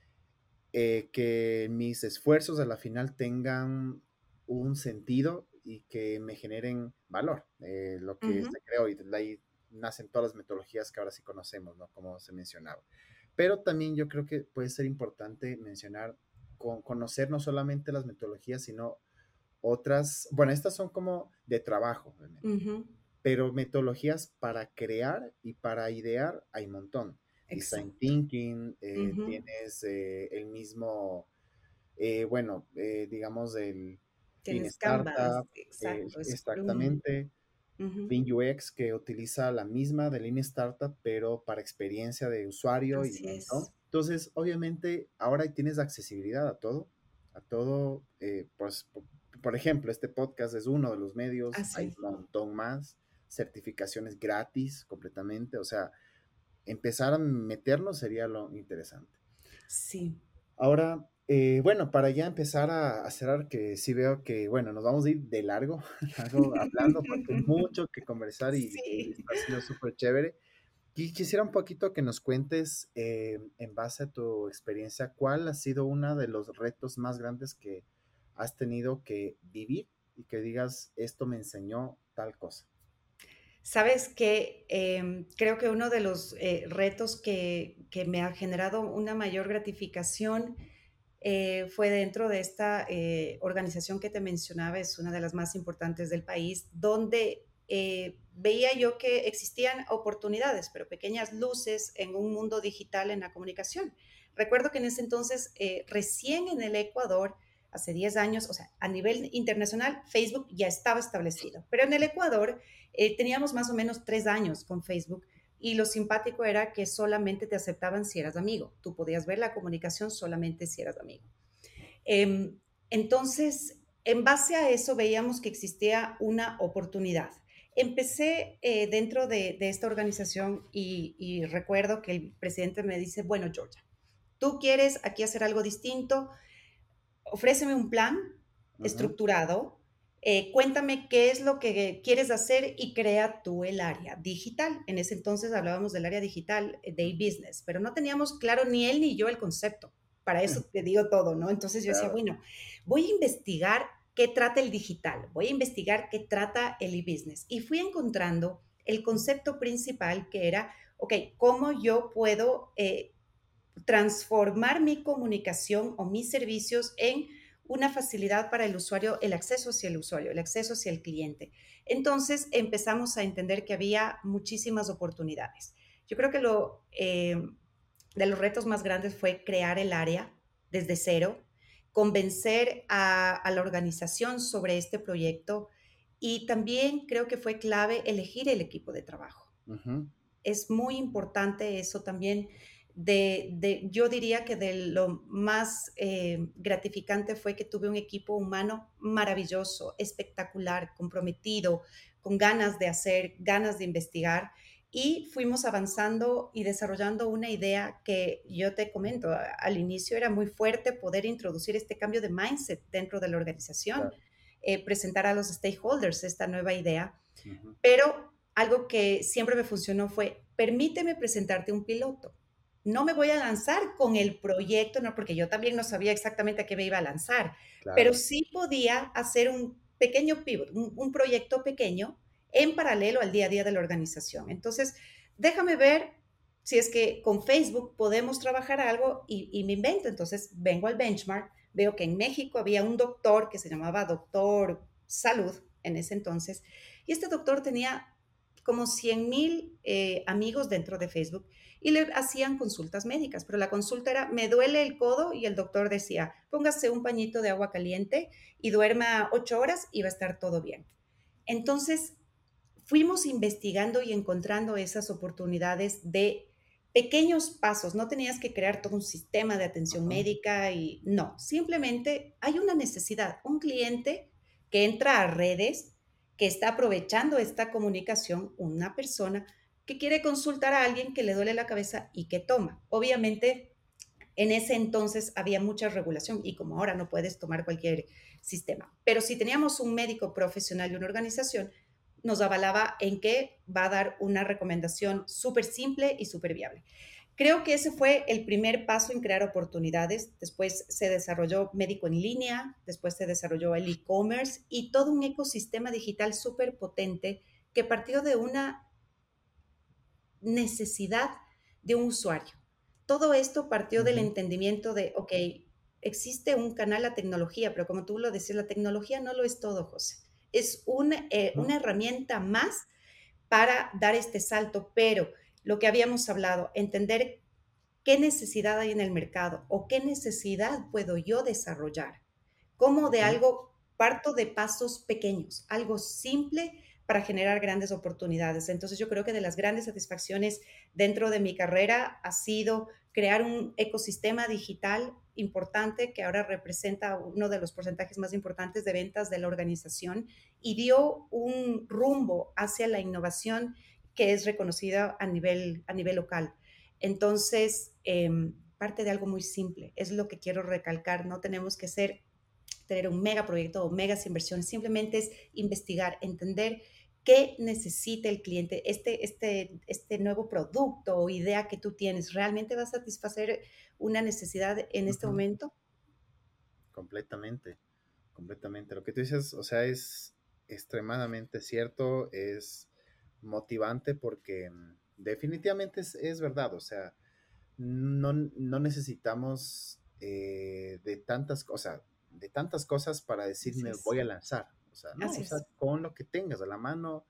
eh, que mis esfuerzos a la final tengan un sentido y que me generen valor, eh, lo Uh que -huh. se creó y de ahí nacen todas las metodologías que ahora sí conocemos, ¿no? Como se mencionaba. Pero también yo creo que puede ser importante mencionar, con, conocer no solamente las metodologías, sino otras, bueno, estas son como de trabajo, Uh realmente, -huh. pero metodologías para crear y para idear hay un montón. Design Exacto. Thinking, Uh eh, -huh. tienes eh, el mismo, eh, bueno, eh, digamos, el Lean Tienes Canvas, Startup, eh, exacto, Scrum. exactamente, Uh -huh. Lean U X que utiliza la misma de Lean Startup, pero para experiencia de usuario y un Así montón. es. Entonces, obviamente, ahora tienes accesibilidad a todo, a todo, eh, pues, por, por ejemplo, este podcast es uno de los medios, Así hay es. un montón más, certificaciones gratis completamente, o sea, empezar a meternos sería lo interesante. Sí. Ahora, Eh, bueno, para ya empezar a, a cerrar, que sí veo que, bueno, nos vamos a ir de largo, largo hablando, porque hay mucho que conversar y, y Sí. esto ha sido súper chévere. Y quisiera un poquito que nos cuentes, eh, en base a tu experiencia, ¿cuál ha sido uno de los retos más grandes que has tenido que vivir y que digas, esto me enseñó tal cosa? Sabes que em, creo que uno de los eh, retos que, que me ha generado una mayor gratificación eh, fue dentro de esta eh, organización que te mencionaba, es una de las más importantes del país, donde eh, veía yo que existían oportunidades, pero pequeñas luces en un mundo digital en la comunicación. Recuerdo que en ese entonces, eh, recién en el Ecuador, hace diez años, o sea, a nivel internacional, Facebook ya estaba establecido, pero en el Ecuador eh, teníamos más o menos tres años con Facebook y lo simpático era que solamente te aceptaban si eras amigo. Tú podías ver la comunicación solamente si eras amigo. Eh, entonces, en base a eso veíamos que existía una oportunidad. Empecé eh, dentro de, de, esta organización y, y recuerdo que el presidente me dice, bueno, Georgia, tú quieres aquí hacer algo distinto, ofréceme un plan Ujú, estructurado, eh, cuéntame qué es lo que quieres hacer y crea tú el área digital. En ese entonces hablábamos del área digital eh, de ujú, e-business, pero no teníamos claro ni él ni yo el concepto. Para eso te digo todo, ¿no? Entonces yo decía, claro. bueno, voy a investigar qué trata el digital, voy a investigar qué trata el e-business. Y fui encontrando el concepto principal que era, ok, ¿cómo yo puedo eh, transformar mi comunicación o mis servicios en una facilidad para el usuario, el acceso hacia el usuario, el acceso hacia el cliente? Entonces empezamos a entender que había muchísimas oportunidades. Yo creo que lo eh, de los retos más grandes fue crear el área desde cero, convencer a, a la organización sobre este proyecto y también creo que fue clave elegir el equipo de trabajo. Ujú, Es muy importante eso también. De, de, yo diría que de lo más eh, gratificante fue que tuve un equipo humano maravilloso, espectacular, comprometido, con ganas de hacer, ganas de investigar y fuimos avanzando y desarrollando una idea que yo te comento, al inicio era muy fuerte poder introducir este cambio de mindset dentro de la organización, claro. eh, presentar a los stakeholders esta nueva idea, Ujú, pero algo que siempre me funcionó fue, permíteme presentarte un piloto. No me voy a lanzar con el proyecto, no, porque yo también no sabía exactamente a qué me iba a lanzar, pero claro. sí podía hacer un pequeño pivot, un, un proyecto pequeño en paralelo al día a día de la organización. Entonces, déjame ver si es que con Facebook podemos trabajar algo y, y me invento. Entonces, vengo al benchmark, veo que en México había un doctor que se llamaba Doctor Salud en ese entonces, y este doctor tenía como cien mil eh, amigos dentro de Facebook y le hacían consultas médicas, pero la consulta era, me duele el codo y el doctor decía, póngase un pañito de agua caliente y duerma ocho horas y va a estar todo bien. Entonces, fuimos investigando y encontrando esas oportunidades de pequeños pasos. No tenías que crear todo un sistema de atención Ujú, médica y no, simplemente hay una necesidad, un cliente que entra a redes, que está aprovechando esta comunicación, una persona que quiere consultar a alguien que le duele la cabeza y que toma. Obviamente, en ese entonces había mucha regulación y como ahora no puedes tomar cualquier sistema. Pero si teníamos un médico profesional y una organización, nos avalaba en que va a dar una recomendación súper simple y súper viable. Creo que ese fue el primer paso en crear oportunidades. Después se desarrolló médico en línea, después se desarrolló el e-commerce y todo un ecosistema digital súper potente que partió de una necesidad de un usuario. Todo esto partió del ujú, entendimiento de, ok, existe un canal, la tecnología, pero como tú lo decías, la tecnología no lo es todo, José. Es una, eh, ujú, una herramienta más para dar este salto, pero lo que habíamos hablado, entender qué necesidad hay en el mercado o qué necesidad puedo yo desarrollar. Cómo de ujú, algo parto de pasos pequeños, algo simple para generar grandes oportunidades. Entonces yo creo que de las grandes satisfacciones dentro de mi carrera ha sido crear un ecosistema digital importante que ahora representa uno de los porcentajes más importantes de ventas de la organización y dio un rumbo hacia la innovación que es reconocida a nivel, a nivel local. Entonces, eh, parte de algo muy simple. Es lo que quiero recalcar. No tenemos que ser, tener un mega proyecto o megas inversiones. Simplemente es investigar, entender qué necesita el cliente, este, este, este nuevo producto o idea que tú tienes. ¿Realmente va a satisfacer una necesidad en este Ujú. momento? Completamente, completamente. Lo que tú dices, o sea, es extremadamente cierto, es motivante porque mm, definitivamente es, es verdad, o sea, no, no necesitamos eh, de tantas cosas, de tantas cosas para decir Así me es. voy a lanzar. O sea, no, Así o sea, es. con lo que tengas a la mano,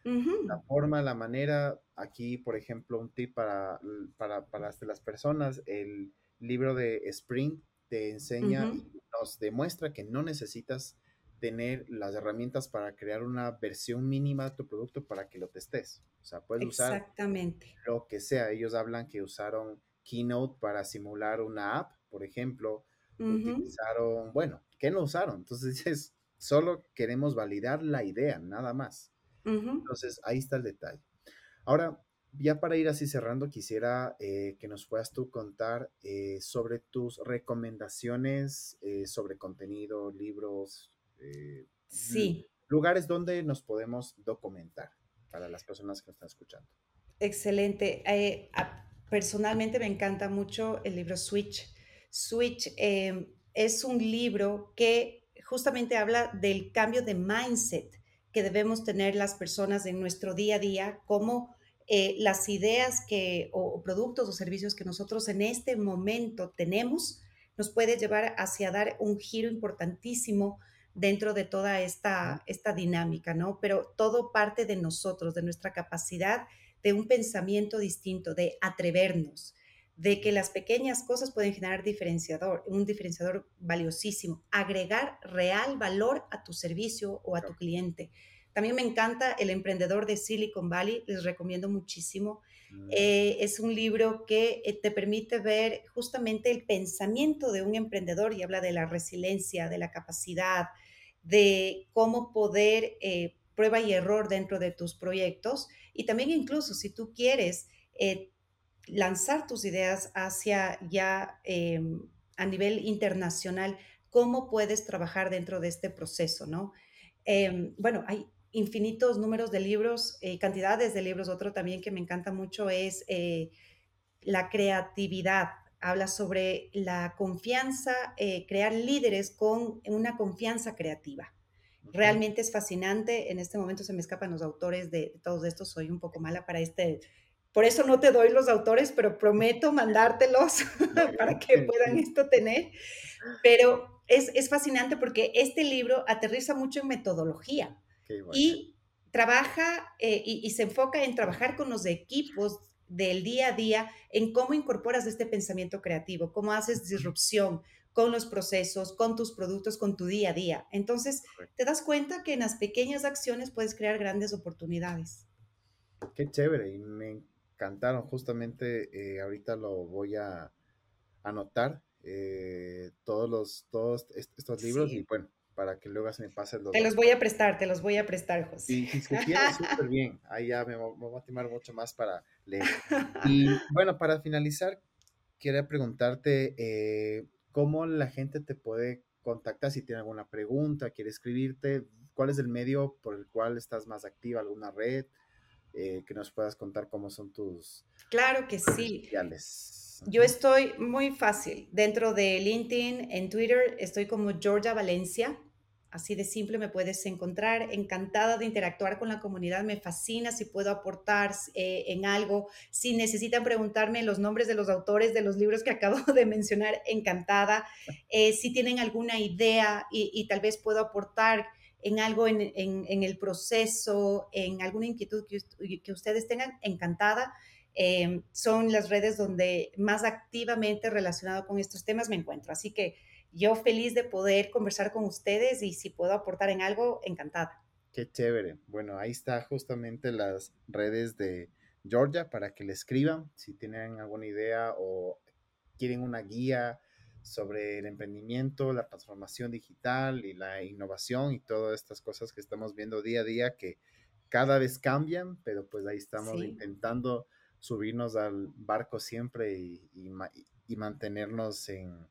la Ujú, forma, la manera. Aquí, por ejemplo, un tip para, para, para las personas, el libro de Spring te enseña ujú. y nos demuestra que no necesitas tener las herramientas para crear una versión mínima de tu producto para que lo testes. O sea, puedes usar Exactamente. lo que sea. Ellos hablan que usaron Keynote para simular una app, por ejemplo, Ujú, utilizaron, bueno, ¿qué no usaron? Entonces dices, solo queremos validar la idea, nada más. ujú. Entonces, ahí está el detalle. Ahora, ya para ir así cerrando, quisiera eh, que nos puedas tú contar eh, sobre tus recomendaciones eh, sobre contenido, libros, eh, l- Sí, lugares donde nos podemos documentar para las personas que nos están escuchando. excelente. Eh, a- personalmente me encanta mucho el libro Switch. Switch eh, es un libro que justamente habla del cambio de mindset que debemos tener las personas en nuestro día a día, cómo eh, las ideas que, o, o productos o servicios que nosotros en este momento tenemos nos puede llevar hacia dar un giro importantísimo dentro de toda Ujú. esta, esta dinámica, ¿no? Pero todo parte de nosotros, de nuestra capacidad de un pensamiento distinto, de atrevernos, de que las pequeñas cosas pueden generar diferenciador, un diferenciador valiosísimo, agregar real valor a tu servicio o a tu Claro. cliente. También me encanta El emprendedor de Silicon Valley, les recomiendo muchísimo. Mm, Eh, es un libro que eh, te permite ver justamente el pensamiento de un emprendedor y habla de la resiliencia, de la capacidad, de cómo poder eh, prueba y error dentro de tus proyectos y también incluso si tú quieres eh, lanzar tus ideas hacia ya eh, a nivel internacional, cómo puedes trabajar dentro de este proceso, ¿no? Eh, bueno, hay infinitos números de libros, eh, cantidades de libros. Otro también que me encanta mucho es eh, la creatividad. Habla sobre la confianza, eh, crear líderes con una confianza creativa. ujú. Realmente es fascinante. En este momento se me escapan los autores de, de todos estos. Soy un poco mala para este. Por eso no te doy los autores, pero prometo mandártelos Muy para bien, que puedan sí, esto tener. Pero es, es fascinante porque este libro aterriza mucho en metodología qué bueno. y trabaja eh, y, y se enfoca en trabajar con los equipos del día a día en cómo incorporas este pensamiento creativo, cómo haces Ujú. disrupción con los procesos, con tus productos, con tu día a día. Entonces, te Correcto. das cuenta que en las pequeñas acciones puedes crear grandes oportunidades. Qué chévere, y me encantaron. Justamente eh, ahorita lo voy a anotar eh, todos los, todos est- estos libros y Sí, bueno, para que luego se me pasen los te los voy autores. a prestar, te los voy a prestar, José. Y si es que tienes súper bien, ahí ya me, vo- me voy a timar mucho más para leer. Y bueno, para finalizar, quería preguntarte eh, cómo la gente te puede contactar si tiene alguna pregunta, quiere escribirte, cuál es el medio por el cual estás más activa, alguna red, eh, que nos puedas contar cómo son tus Claro que redes sí. sociales. Yo Ujú. estoy muy fácil. Dentro de LinkedIn, en Twitter, estoy como Georgia Valencia. Así de simple me puedes encontrar. Encantada de interactuar con la comunidad. Me fascina si puedo aportar eh, en algo. Si necesitan preguntarme los nombres de los autores de los libros que acabo de mencionar, encantada. Eh, si tienen alguna idea y, y, tal vez puedo aportar en algo en, en, en el proceso, en alguna inquietud que, que ustedes tengan, encantada. Eh, son las redes donde más activamente relacionado con estos temas me encuentro. Así que yo feliz de poder conversar con ustedes y si puedo aportar en algo, encantada. Qué chévere. Bueno, ahí está justamente las redes de Georgia para que le escriban si tienen alguna idea o quieren una guía sobre el emprendimiento, la transformación digital y la innovación y todas estas cosas que estamos viendo día a día que cada vez cambian, pero pues ahí estamos Sí, intentando subirnos al barco siempre y, y y mantenernos en,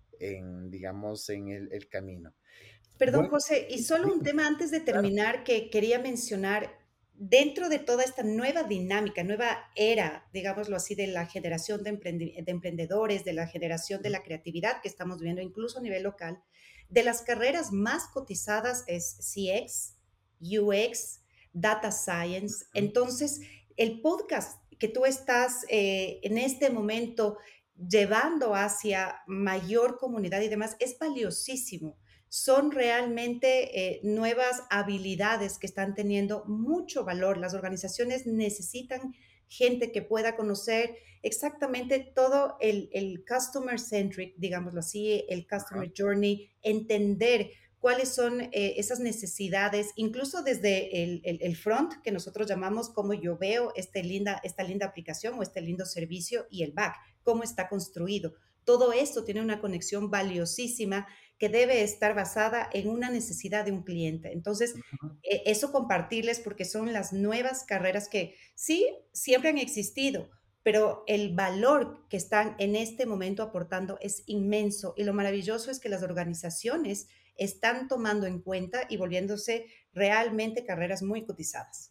en digamos, en el, el camino. Perdón, Bueno, José, y solo un dime, tema antes de claro. terminar que quería mencionar. Dentro de toda esta nueva dinámica, nueva era, digámoslo así, de la generación de, emprendi de emprendedores, de la generación de Ujú, la creatividad que estamos viendo incluso a nivel local, de las carreras más cotizadas es C X, U X, Data Science. ujú, Entonces, el podcast que tú estás eh, en este momento llevando hacia mayor comunidad y demás es valiosísimo. Son realmente eh, nuevas habilidades que están teniendo mucho valor. Las organizaciones necesitan gente que pueda conocer exactamente todo el, el customer centric, digámoslo así, el ajá, customer journey, entender cuáles son eh, esas necesidades, incluso desde el, el, el, front, que nosotros llamamos cómo yo veo este linda, esta linda aplicación o este lindo servicio, y el back, cómo está construido. Todo esto tiene una conexión valiosísima que debe estar basada en una necesidad de un cliente. Entonces, ujú. eh, eso compartirles porque son las nuevas carreras que sí, siempre han existido, pero el valor que están en este momento aportando es inmenso y lo maravilloso es que las organizaciones están tomando en cuenta y volviéndose realmente carreras muy cotizadas.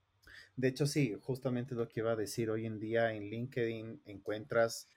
De hecho, sí, justamente lo que iba a decir. Hoy en día en LinkedIn encuentras,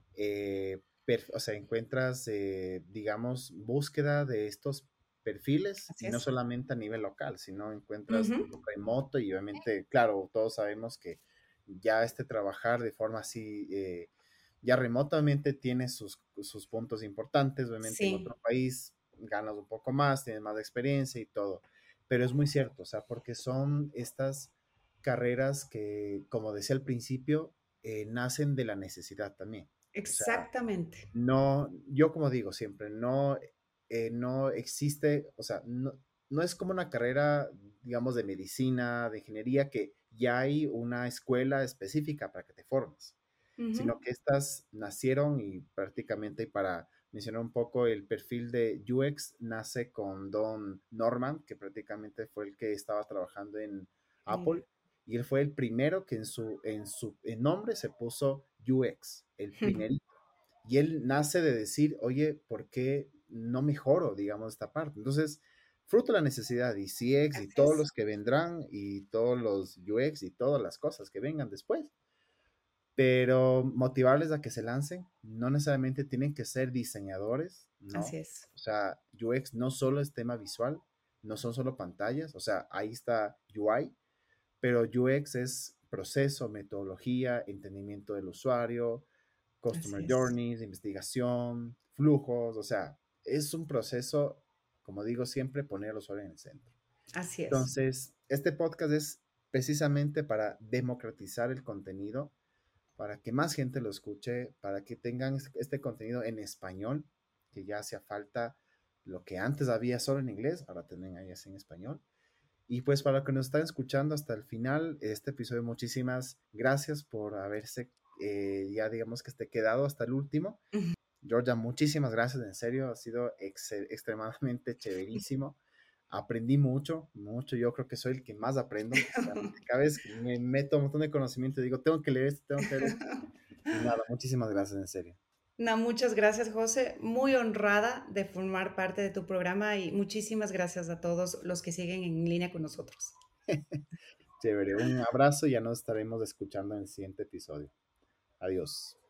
eh, per- o sea, encuentras, eh, digamos, búsqueda de estos perfiles Así y no es. solamente a nivel local, sino encuentras Ujú. remoto y obviamente, claro, todos sabemos que ya este trabajar de forma así, eh, ya remotamente tiene sus, sus puntos importantes, obviamente en otro Sí, país ganas un poco más, tienes más experiencia y todo, pero es muy cierto, o sea, porque son estas carreras que, como decía al principio, eh, nacen de la necesidad también. O sea, exactamente. no, yo como digo siempre, no, eh, no existe, o sea, no, no es como una carrera, digamos, de medicina, de ingeniería, que ya hay una escuela específica para que te formes, Ujú. sino que estas nacieron y prácticamente para mencionar un poco el perfil de U X, nace con Don Norman, que prácticamente fue el que estaba trabajando en Apple, y él fue el primero que en su, en su en nombre se puso U X, el primerito. Y él nace de decir, oye, ¿por qué no mejoro, digamos, esta parte? Entonces, fruto de la necesidad, y C X y Así todos es. los que vendrán, y todos los U X y todas las cosas que vengan después, pero motivarles a que se lancen, no necesariamente tienen que ser diseñadores, Así no. es. O sea, U X no solo es tema visual, no son solo pantallas, o sea, ahí está U I, pero U X es proceso, metodología, entendimiento del usuario, Así customer es. journeys, investigación, flujos, o sea, es un proceso, como digo siempre, poner al usuario en el centro. Así es. Entonces, este podcast es precisamente para democratizar el contenido, para que más gente lo escuche, para que tengan este este contenido en español, que ya hacía falta lo que antes había solo en inglés, ahora también hay así en español. Y pues para los que nos están escuchando hasta el final de este episodio, muchísimas gracias por haberse, eh, ya digamos que esté quedado hasta el último. Georgia, muchísimas gracias, en serio, ha sido ex extremadamente chéverísimo. Aprendí mucho, mucho, yo creo que soy el que más aprendo. O sea, cada vez que me meto un montón de conocimiento, digo, tengo que leer esto, tengo que leer esto. Y nada, muchísimas gracias, en serio. No, muchas gracias, José. Muy honrada de formar parte de tu programa y muchísimas gracias a todos los que siguen en línea con nosotros. Chévere, un abrazo y ya nos estaremos escuchando en el siguiente episodio. Adiós.